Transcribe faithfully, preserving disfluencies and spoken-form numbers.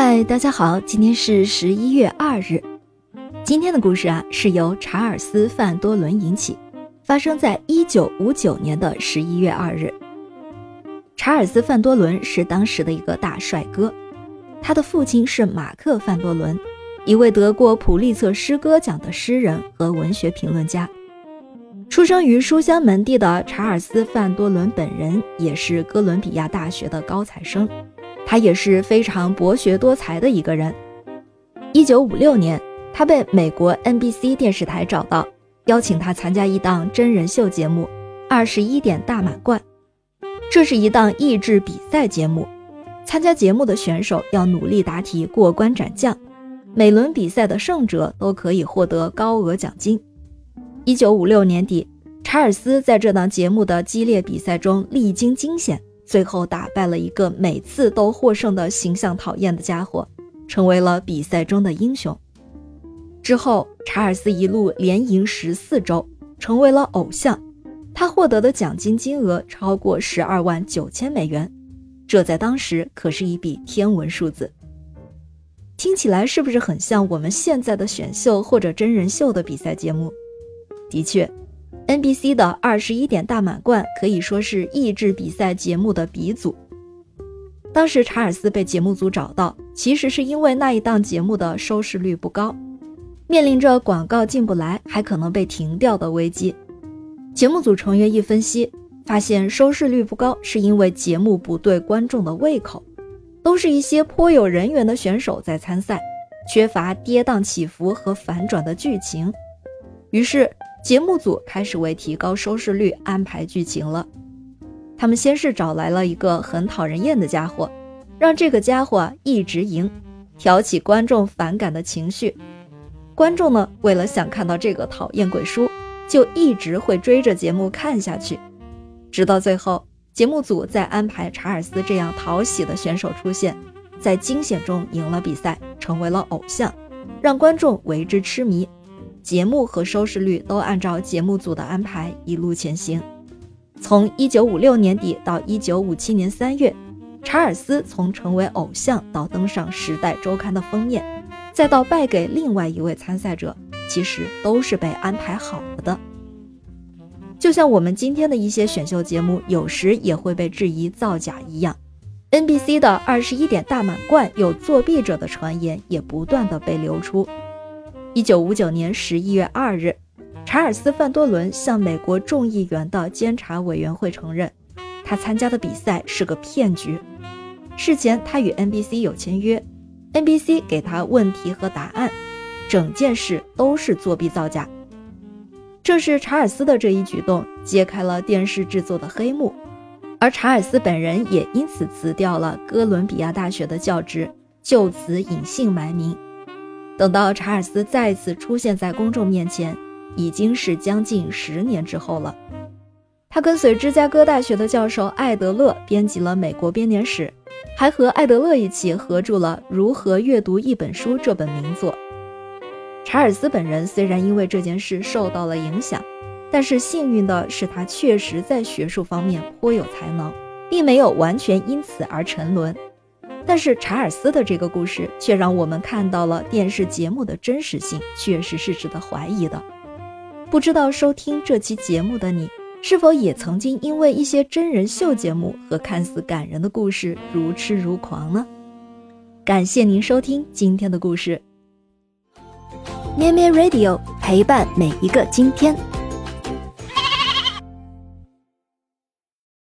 嗨，大家好，今天是十一月二日。今天的故事啊，是由查尔斯·范多伦引起，发生在一九五九年的十一月二日。查尔斯·范多伦是当时的一个大帅哥，他的父亲是马克·范多伦，一位得过普利策诗歌奖的诗人和文学评论家。出生于书香门第的查尔斯·范多伦本人也是哥伦比亚大学的高材生，他也是非常博学多才的一个人。一九五六年，他被美国 N B C 电视台找到，邀请他参加一档真人秀节目二十一点大满贯。这是一档益智比赛节目，参加节目的选手要努力答题过关斩将，每轮比赛的胜者都可以获得高额奖金。一九五六年底，查尔斯在这档节目的激烈比赛中历经惊险，最后打败了一个每次都获胜的形象讨厌的家伙，成为了比赛中的英雄。之后，查尔斯一路连赢十四周，成为了偶像。他获得的奖金金额超过十二万九千美元，这在当时可是一笔天文数字。听起来是不是很像我们现在的选秀或者真人秀的比赛节目？的确， N B C 的二十一点大满贯可以说是益智比赛节目的鼻祖。当时查尔斯被节目组找到，其实是因为那一档节目的收视率不高，面临着广告进不来还可能被停掉的危机。节目组成员一分析，发现收视率不高是因为节目不对观众的胃口，都是一些颇有人缘的选手在参赛，缺乏跌宕起伏和反转的剧情。于是节目组开始为提高收视率安排剧情了。他们先是找来了一个很讨人厌的家伙，让这个家伙一直赢，挑起观众反感的情绪。观众呢，为了想看到这个讨厌鬼叔，就一直会追着节目看下去，直到最后节目组再安排查尔斯这样讨喜的选手出现，在惊险中赢了比赛，成为了偶像，让观众为之痴迷。节目和收视率都按照节目组的安排一路前行。从一九五六年底到一九五七年三月，查尔斯从成为偶像到登上《时代周刊》的封面，再到败给另外一位参赛者，其实都是被安排好了的。就像我们今天的一些选秀节目有时也会被质疑造假一样， N B C 的二十一点大满贯有作弊者的传言也不断的被流出。一九五九年十一月二日，查尔斯·范多伦向美国众议员的监察委员会承认，他参加的比赛是个骗局。事前他与 N B C 有签约， N B C 给他问题和答案，整件事都是作弊造假。正是查尔斯的这一举动揭开了电视制作的黑幕，而查尔斯本人也因此辞掉了哥伦比亚大学的教职，就此隐姓埋名。等到查尔斯再次出现在公众面前，已经是将近十年之后了。他跟随芝加哥大学的教授艾德勒编辑了美国编年史，还和艾德勒一起合著了《如何阅读一本书》这本名作。查尔斯本人虽然因为这件事受到了影响，但是幸运的是他确实在学术方面颇有才能，并没有完全因此而沉沦。但是查尔斯的这个故事却让我们看到了电视节目的真实性确实是值得怀疑的。不知道收听这期节目的你，是否也曾经因为一些真人秀节目和看似感人的故事如痴如狂呢？感谢您收听今天的故事。咩咩 Radio 陪伴每一个今天。